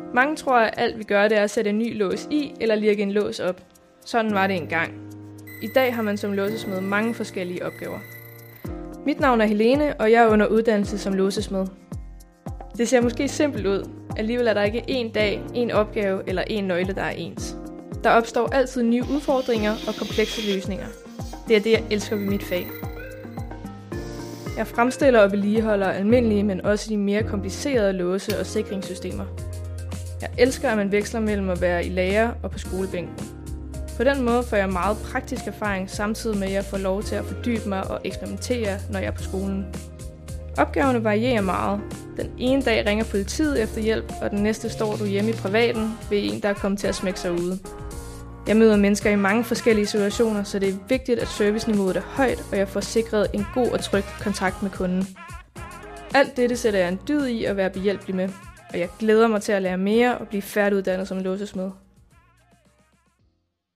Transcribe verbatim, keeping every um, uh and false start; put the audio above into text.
Mange tror, at alt vi gør, det er at sætte en ny lås i eller lirke en lås op. Sådan var det engang. I dag har man som låsesmed mange forskellige opgaver. Mit navn er Helene, og jeg er under uddannelse som låsesmed. Det ser måske simpelt ud. Alligevel er der ikke én dag, én opgave eller én nøgle, der er ens. Der opstår altid nye udfordringer og komplekse løsninger. Det er det, jeg elsker ved mit fag. Jeg fremstiller og vedligeholder almindelige, men også de mere komplicerede låse- og sikringssystemer. Jeg elsker, at man veksler mellem at være i lære og på skolebænken. På den måde får jeg meget praktisk erfaring, samtidig med at jeg får lov til at fordybe mig og eksperimentere, når jeg er på skolen. Opgaverne varierer meget. Den ene dag ringer politiet efter hjælp, og den næste står du hjemme i privaten ved en, der er kommet til at smække sig ude. Jeg møder mennesker i mange forskellige situationer, så det er vigtigt, at serviceniveauet er højt, og jeg får sikret en god og tryg kontakt med kunden. Alt dette sætter jeg en dyd i at være behjælpelig med, og jeg glæder mig til at lære mere og blive færdiguddannet som låsesmed.